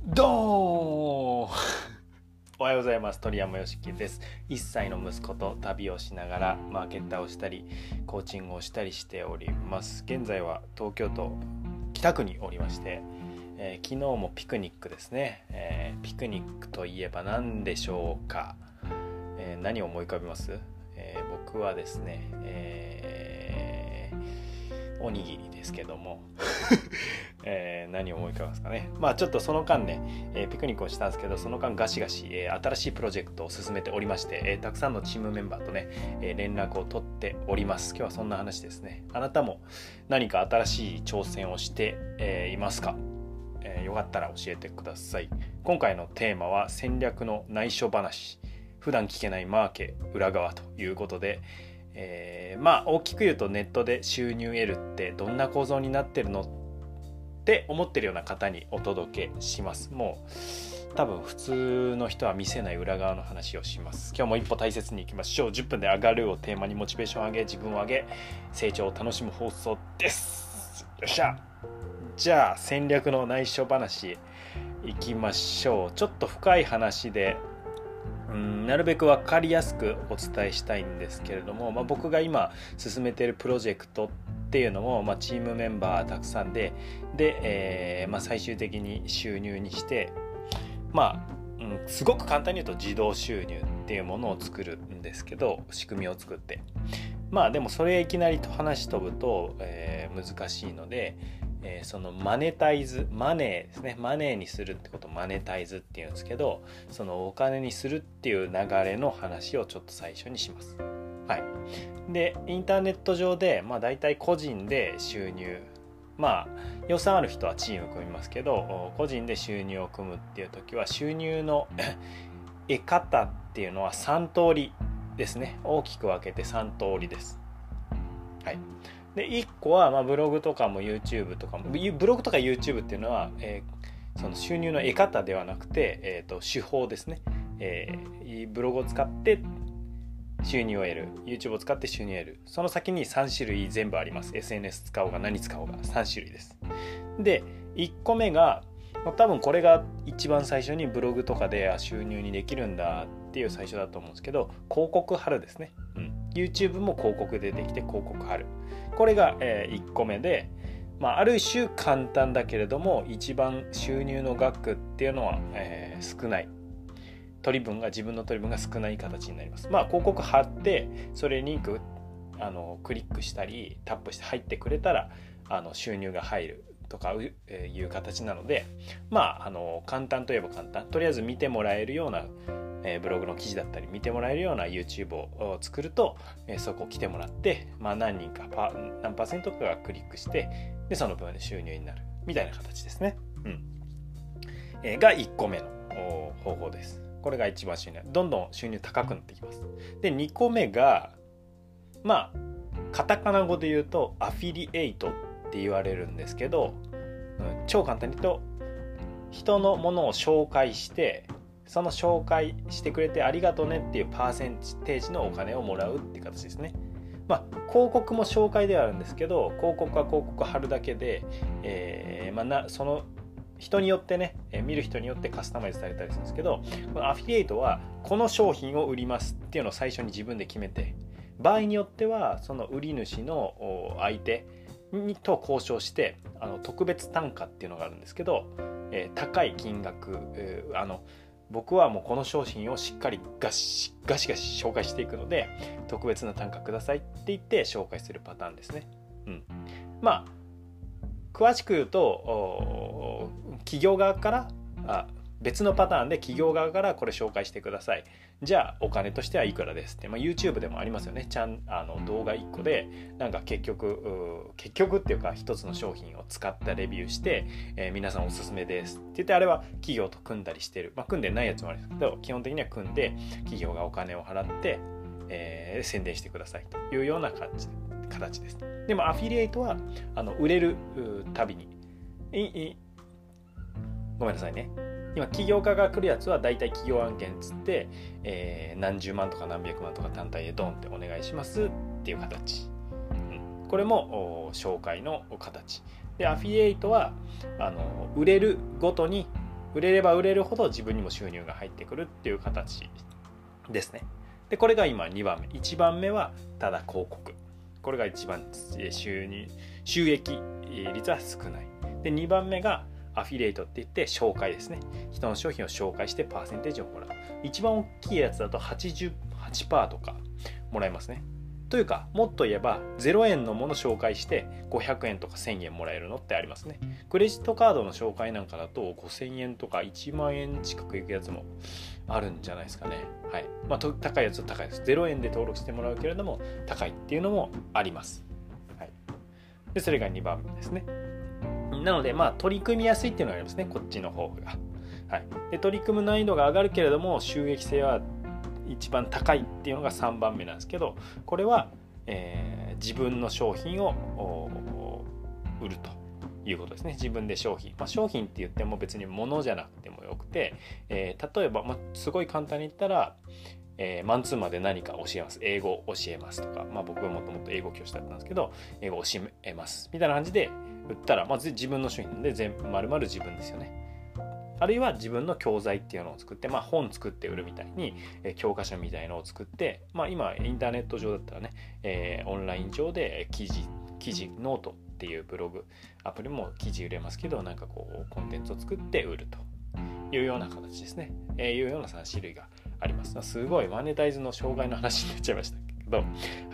どーんおはようございます。鳥山よしきです。1歳の息子と旅をしながらマーケッターをしたりコーチングをしたりしております。現在は東京都北区におりまして、昨日もピクニックですね、ピクニックといえば何でしょうか。何を思い浮かびます？僕はですね、おにぎりですけども何を思い浮かびますかね。ちょっとその間ね、ピクニックをしたんですけど、その間ガシガシ、新しいプロジェクトを進めておりまして、たくさんのチームメンバーとね、連絡を取っております。今日はそんな話ですね。あなたも何か新しい挑戦をして、いますか？よかったら教えてください。今回のテーマは戦略の内緒話、普段聞けないマーケ裏側ということで、大きく言うとネットで収入を得るってどんな構造になってるのって思ってるような方にお届けします。もう多分普通の人は見せない裏側の話をします。今日も一歩大切にいきましょう。10分で上がるをテーマにモチベーションを上げ、自分を上げ、成長を楽しむ放送です。よっしゃ。じゃあ戦略の内緒話いきましょう。ちょっと深い話でなるべく分かりやすくお伝えしたいんですけれども、僕が今進めているプロジェクトっていうのも、チームメンバーたくさんで、最終的に収入にして、すごく簡単に言うと自動収入っていうものを作るんですけど、仕組みを作って、でもそれいきなりと話飛ぶと、難しいので、そのマネタイズ、マネーですね、マネーにするってことをマネタイズっていうんですけど、そのお金にするっていう流れの話をちょっと最初にします。はい。でインターネット上でだいたい個人で収入、予算ある人はチーム組みますけど、個人で収入を組むっていう時は収入の得方っていうのは3通りですね。大きく分けて3通りです。はい。で1個はブログとかも YouTube とかも、ブログとか YouTube っていうのは、その収入の得方ではなくて、手法ですね。ブログを使って収入を得る、 YouTube を使って収入を得る、その先に3種類全部あります。 SNS 使おうが何使おうが3種類です。で1個目が多分これが一番最初にブログとかで収入にできるんだっていう最初だと思うんですけど、広告貼るですね。YouTube も広告でできて広告貼る、これが1個目で、ある種簡単だけれども一番収入の額っていうのは少ない、自分の取り分が少ない形になります。広告貼ってそれにクリックしたりタップして入ってくれたら収入が入るとかいう形なので、簡単といえば簡単、とりあえず見てもらえるようなブログの記事だったり見てもらえるような YouTube を作ると、そこ来てもらって、何人か何パーセントかがクリックして、でその分で収入になるみたいな形ですね。が1個目の方法です。これが一番収入、どんどん収入高くなってきます。で2個目がカタカナ語で言うとアフィリエイトって言われるんですけど、超簡単に言うと人のものを紹介して、その紹介してくれてありがとうねっていうパーセンテージのお金をもらうっていう形ですね。広告も紹介ではあるんですけど、広告は広告貼るだけで、その人によってね、見る人によってカスタマイズされたりするんですけど、このアフィリエイトはこの商品を売りますっていうのを最初に自分で決めて、場合によってはその売り主の相手と交渉して、特別単価っていうのがあるんですけど、高い金額、僕はもうこの商品をしっかりガシガシ紹介していくので特別な単価くださいって言って紹介するパターンですね。詳しく言うと企業側から別のパターンで企業側からこれ紹介してください、じゃあお金としてはいくらですって、YouTube でもありますよね。動画1個で結局っていうか一つの商品を使ったレビューして、皆さんおすすめですって言って、あれは企業と組んだりしてる、組んでないやつもあるんですけど、基本的には組んで企業がお金を払って、宣伝してくださいというような形です。でもアフィリエイトは売れるたびにごめんなさいね、今起業家が来るやつはだいたい企業案件つって、何十万とか何百万とか単体でドンってお願いしますっていう形、これも紹介の形で、アフィリエイトは売れるごとに売れれば売れるほど自分にも収入が入ってくるっていう形ですね。でこれが今2番目。1番目はただ広告、これが一番収益率は少ない。で2番目がアフィリエイトって言って紹介ですね。人の商品を紹介してパーセンテージをもらう。一番大きいやつだと 88% とかもらえますね。というかもっと言えば0円のもの紹介して500円とか1000円もらえるのってありますね。クレジットカードの紹介なんかだと5000円とか1万円近くいくやつもあるんじゃないですかね。はい。まあ高いやつは高いです。0円で登録してもらうけれども高いっていうのもあります。はい。でそれが2番目ですね。なのでまあ取り組みやすいっていうのがありますね、こっちの方が。はい。で取り組む難易度が上がるけれども収益性は一番高いっていうのが3番目なんですけど、これは、自分の商品を売るということですね。自分で商品、商品って言っても別に物じゃなくてもよくて、例えば、すごい簡単に言ったら、マンツーマンで何か教えます、英語を教えますとか、僕はもともと英語教師だったんですけど英語を教えますみたいな感じで売ったら、自分の商品で丸々自分ですよね。あるいは自分の教材っていうのを作って、本作って売るみたいに、教科書みたいのを作って、今インターネット上だったらね、オンライン上で記事ノートっていうブログアプリも記事売れますけど、コンテンツを作って売るというような形ですね。いうような3種類があります。すごいマネタイズの障害の話になっちゃいましたけど、はい。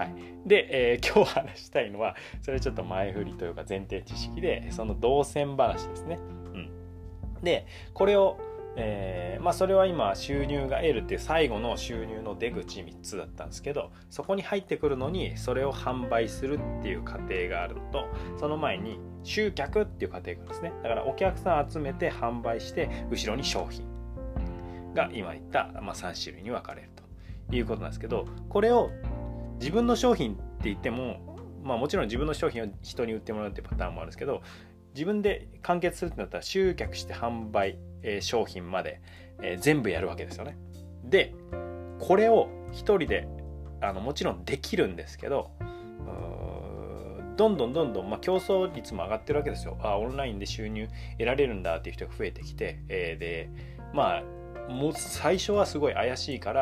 で、今日話したいのはそれちょっと前振りというか前提知識で、その動線話ですね。でこれを、それは今収入が得るっていう最後の収入の出口3つだったんですけど、そこに入ってくるのにそれを販売するっていう過程があるのと、その前に集客っていう過程があるんですね。だからお客さん集めて販売して後ろに商品が今言った、3種類に分かれるということなんですけど、これを自分の商品って言っても、もちろん自分の商品を人に売ってもらうっていうパターンもあるんですけど、自分で完結するってなったら集客して販売、商品まで、全部やるわけですよね。でこれを一人でもちろんできるんですけど、どんどん、競争率も上がってるわけですよ。オンラインで収入得られるんだっていう人が増えてきて、でもう最初はすごい怪しいから、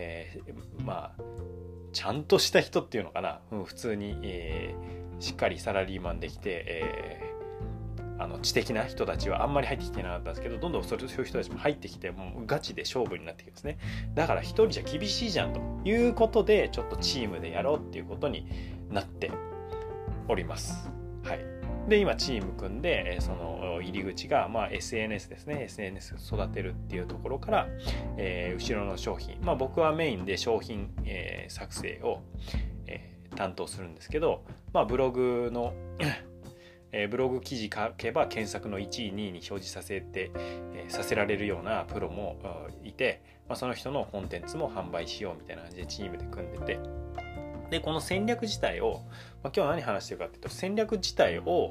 ちゃんとした人っていうのかな、普通に、しっかりサラリーマンできて、知的な人たちはあんまり入ってきてなかったんですけど、どんどんそういう人たちも入ってきて、もうガチで勝負になってきますね。だから一人じゃ厳しいじゃんということで、ちょっとチームでやろうっていうことになっております。はい。で今チーム組んで、その入り口が、SNS ですね。 SNS 育てるっていうところから、後ろの商品、僕はメインで商品、作成を、担当するんですけど、ブログのブログ記事書けば検索の1位2位に表示させられるようなプロもいて、その人のコンテンツも販売しようみたいな感じでチームで組んでて、でこの戦略自体を、今日何話してるかっていうと、戦略自体を、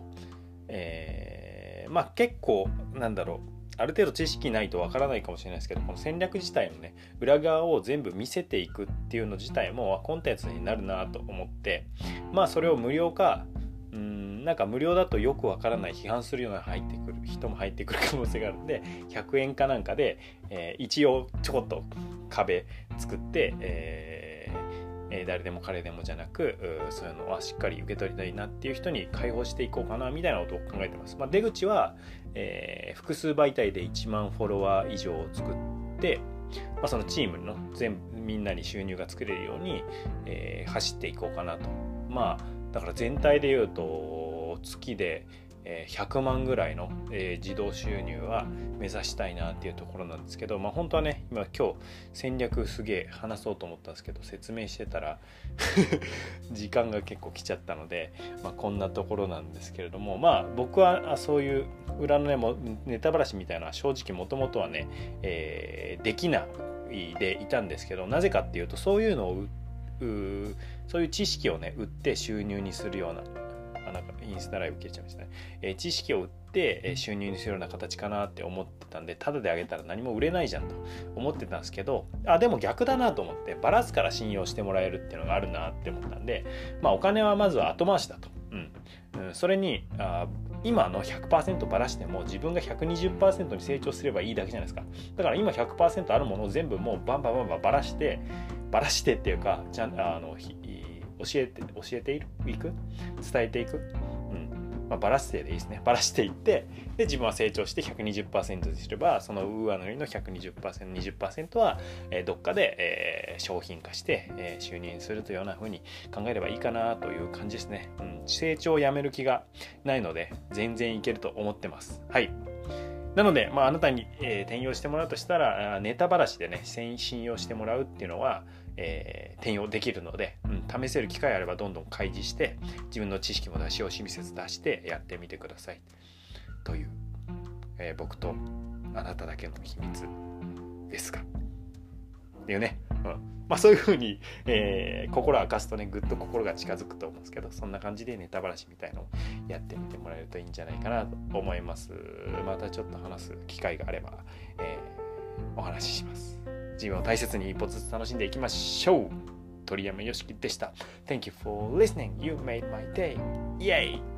結構ある程度知識ないとわからないかもしれないですけど、この戦略自体のね裏側を全部見せていくっていうの自体もコンテンツになるなと思って、それを無料か無料だとよくわからない批判するような人も入ってくる可能性があるので、100円かなんかで、一応ちょこっと壁作って、誰でも彼でもじゃなく、そういうのはしっかり受け取りたいなっていう人に開放していこうかなみたいなことを考えてます。出口は、複数媒体で1万フォロワー以上を作って、そのチームのみんなに収入が作れるように、走っていこうかなと。だから全体でいうと月で100万ぐらいの自動収入は目指したいなっていうところなんですけど、本当はね今日戦略すげえ話そうと思ったんですけど、説明してたら時間が結構来ちゃったので、こんなところなんですけれども、僕はそういう裏のネタばらしみたいな正直もともとはね、できないでいたんですけど、なぜかっていうとそういうのをそういう知識をね売って収入にするような、インスタライブ消えちゃいましたね、知識を売って収入にするような形かなって思ってたんで、タダであげたら何も売れないじゃんと思ってたんですけど、でも逆だなと思って、バラすから信用してもらえるっていうのがあるなって思ったんで、お金はまずは後回しだと、それに今の 100% ばらしても自分が 120% に成長すればいいだけじゃないですか。だから今 100% あるものを全部もうバンバンばらしてっていうか、教えていく、伝えていく、ばらしてでいいですね。ばらしていって、で自分は成長して 120% にすれば、その上塗りの 120%、20% はどっかで商品化して収入にするというような風に考えればいいかなという感じですね。成長をやめる気がないので全然いけると思ってます。はい。なので、あなたに転用してもらうとしたら、ネタばらしでね、信用してもらうっていうのは、転用できるので、試せる機会あればどんどん開示して自分の知識も出し惜しみせず出してやってみてくださいという、僕とあなただけの秘密ですがっていうね、そういう風に、心を明かすとね、ぐっと心が近づくと思うんですけど、そんな感じでネタばらしみたいのをやってみてもらえるといいんじゃないかなと思います。またちょっと話す機会があれば、お話しします。自分を大切に一歩ずつ楽しんでいきましょう。鳥山よしきでした。Thank you for listening. You made my day. Yay!